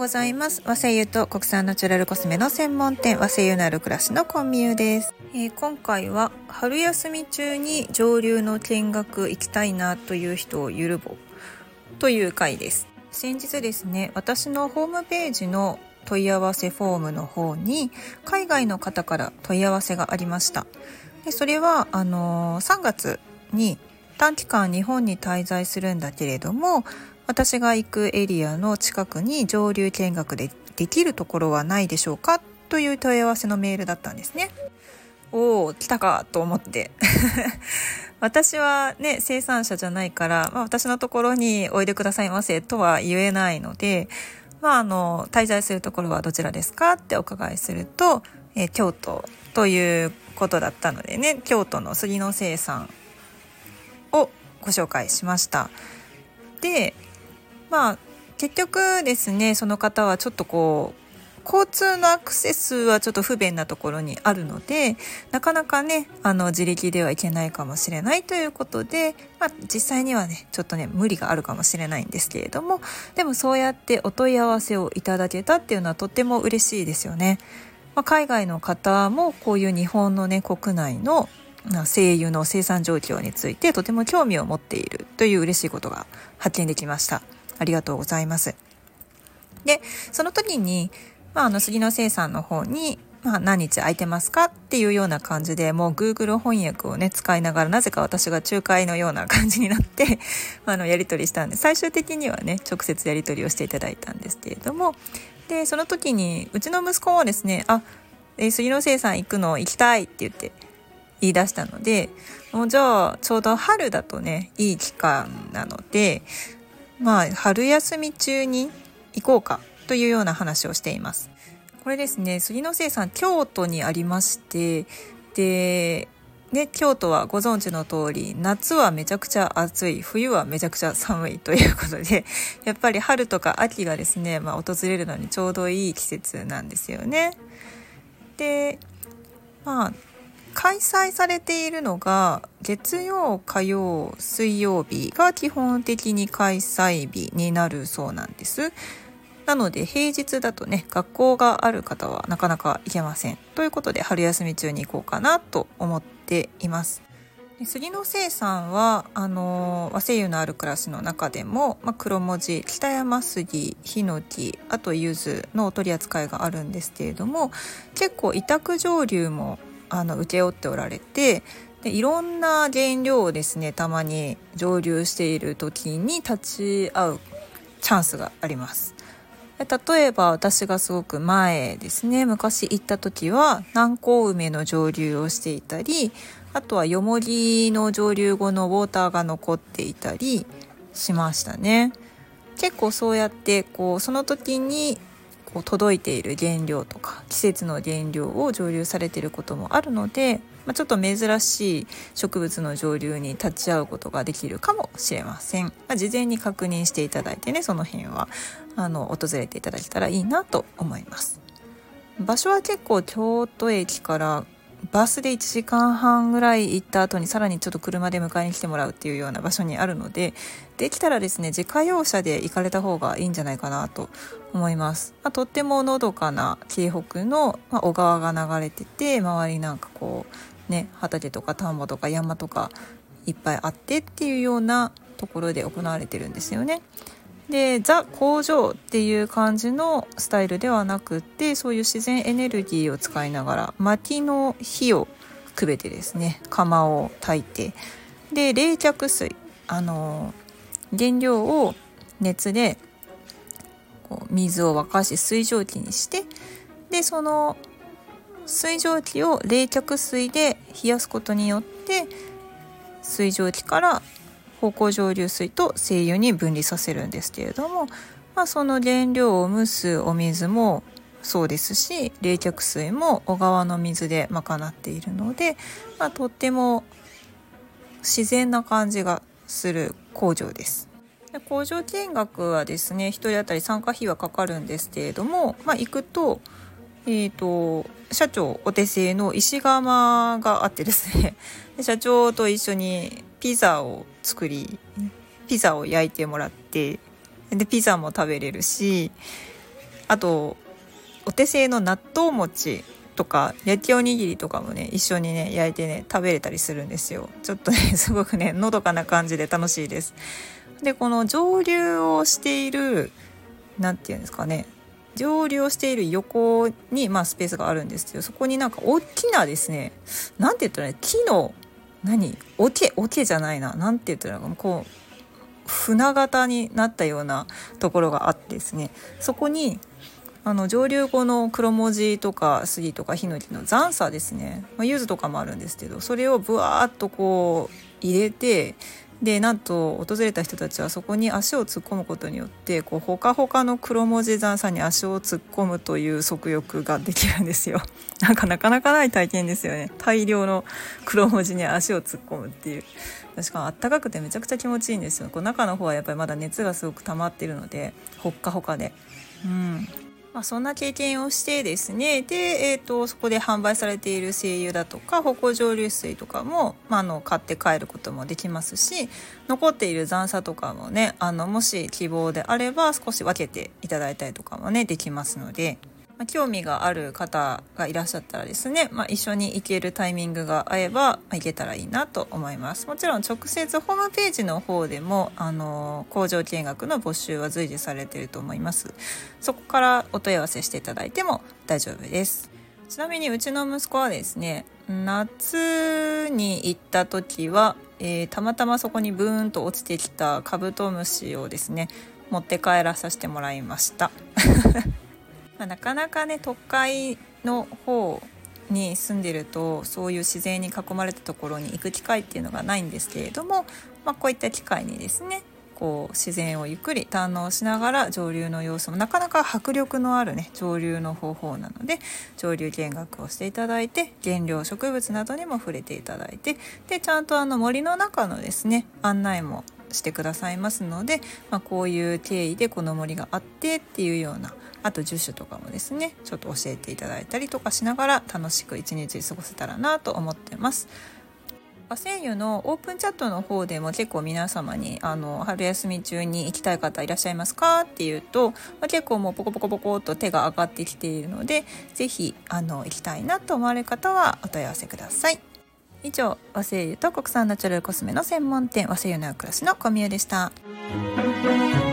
ございます。和製油と国産ナチュラルコスメの専門店、和製油のある暮らしのコンミューです。今回は春休み中に上流の見学行きたいなという人をゆるぼという回です。先日ですね、私のホームページの問い合わせフォームの方に海外の方から問い合わせがありました。でそれは3月に短期間日本に滞在するんだけれども、私が行くエリアの近くに上流見学でできるところはないでしょうかという問い合わせのメールだったんですね。おー、来たかと思って私はね、生産者じゃないから、私のところにおいでくださいませとは言えないので、滞在するところはどちらですかってお伺いすると、京都ということだったのでね、京都の杉の生産をご紹介しました。で結局ですね、その方はちょっと交通のアクセスはちょっと不便なところにあるので、なかなかね自力では行けないかもしれないということで、実際にはねちょっとね無理があるかもしれないんですけれども、でもそうやってお問い合わせをいただけたっていうのはとっても嬉しいですよね。海外の方もこういう日本のね国内の精油の生産状況についてとても興味を持っているという嬉しいことが発見できました。ありがとうございます。でその時に、杉の生産の方に、何日空いてますかっていうような感じで、もう Google 翻訳をね使いながら、なぜか私が仲介のような感じになってやり取りしたんで、最終的にはね直接やり取りをしていただいたんですけれども、でその時にうちの息子はですね、杉の生産行きたいって言って言い出したので、もうじゃあちょうど春だとねいい期間なので、春休み中に行こうかというような話をしています。これですね、杉の生産京都にありまして、でね、京都はご存知の通り、夏はめちゃくちゃ暑い、冬はめちゃくちゃ寒いということで、やっぱり春とか秋がですね、訪れるのにちょうどいい季節なんですよね。で開催されているのが月曜、火曜、水曜日が基本的に開催日になるそうなんです。なので平日だとね、学校がある方はなかなか行けませんということで、春休み中に行こうかなと思っています。杉の生産は和製油のある暮らしの中でも、黒文字、北山杉、ヒノキ、あと柚子の取り扱いがあるんですけれども、結構委託上流も請け負っておられて、でいろんな原料をですね、たまに蒸留している時に立ち会うチャンスがあります。例えば私がすごく前ですね、昔行った時は南高梅の蒸留をしていたり、あとはよもぎの蒸留後のウォーターが残っていたりしましたね。結構そうやってその時に届いている原料とか季節の原料を蒸留されていることもあるので、ちょっと珍しい植物の蒸留に立ち会うことができるかもしれません。事前に確認していただいてね、その辺は訪れていただけたらいいなと思います。場所は結構京都駅からバスで1時間半ぐらい行った後にさらにちょっと車で迎えに来てもらうっていうような場所にあるので、できたらですね自家用車で行かれた方がいいんじゃないかなと思います。とってものどかな京北の、小川が流れてて、周り畑とか田んぼとか山とかいっぱいあってっていうようなところで行われてるんですよね。でザ工場っていう感じのスタイルではなくて、そういう自然エネルギーを使いながら薪の火をくべてですね、窯を焚いて、で冷却水、原料を熱で水を沸かし水蒸気にして、でその水蒸気を冷却水で冷やすことによって水蒸気から芳香蒸留水と精油に分離させるんですけれども、その原料を蒸すお水もそうですし、冷却水も小川の水で賄っているので、とっても自然な感じがする工場です。で工場見学はですね、1人当たり参加費はかかるんですけれども、行くと社長お手製の石窯があってですね、社長と一緒にピザを作り、ピザを焼いてもらって、でピザも食べれるし、 あとお手製の納豆餅とか焼きおにぎりとかもね一緒にね焼いてね食べれたりするんですよ。ちょっとねすごくねのどかな感じで楽しいです。でこの蒸留をしているなんていうんですかね、蒸留をしている横にスペースがあるんですけど、そこになんか大きなですね、なんて言ったら木の桶じゃないな、なんて言ったらこう船型になったようなところがあってですね、そこに蒸留後の黒文字とか杉とかヒノキの残砂ですね、柚子とかもあるんですけど、それをブワーっとこう入れて、でなんと訪れた人たちはそこに足を突っ込むことによってこうほかほかの黒文字残砂に足を突っ込むという足浴ができるんですよ。なかなかない体験ですよね。大量の黒文字に足を突っ込むっていう。しかもあったかくてめちゃくちゃ気持ちいいんですよ。こう中の方はやっぱりまだ熱がすごく溜まっているのでほっかほかで、そんな経験をしてですね、で、そこで販売されている精油だとか芳香蒸留水とかも、買って帰ることもできますし、残っている残砂とかもね、もし希望であれば少し分けていただいたりとかもねできますので、興味がある方がいらっしゃったらですね、一緒に行けるタイミングが合えば行けたらいいなと思います。もちろん直接ホームページの方でも工場見学の募集は随時されていると思います。そこからお問い合わせしていただいても大丈夫です。ちなみにうちの息子はですね、夏に行った時は、たまたまそこにブーンと落ちてきたカブトムシをですね持って帰らさせてもらいましたなかなかね都会の方に住んでるとそういう自然に囲まれたところに行く機会っていうのがないんですけれども、こういった機会にですねこう自然をゆっくり堪能しながら蒸留の様子もなかなか迫力のあるね蒸留の方法なので、蒸留見学をしていただいて原料植物などにも触れていただいて、でちゃんと森の中のですね案内もしてくださいますので、こういう経緯でこの森があってっていうような、あと樹種とかもですねちょっと教えていただいたりとかしながら楽しく一日過ごせたらなと思ってます。和製油のオープンチャットの方でも結構皆様に春休み中に行きたい方いらっしゃいますかっていうと、結構もうポコポコポコと手が上がってきているので、ぜひ行きたいなと思われる方はお問い合わせください。以上、和製油と国産ナチュラルコスメの専門店和製油ナウクラスのコミュでした。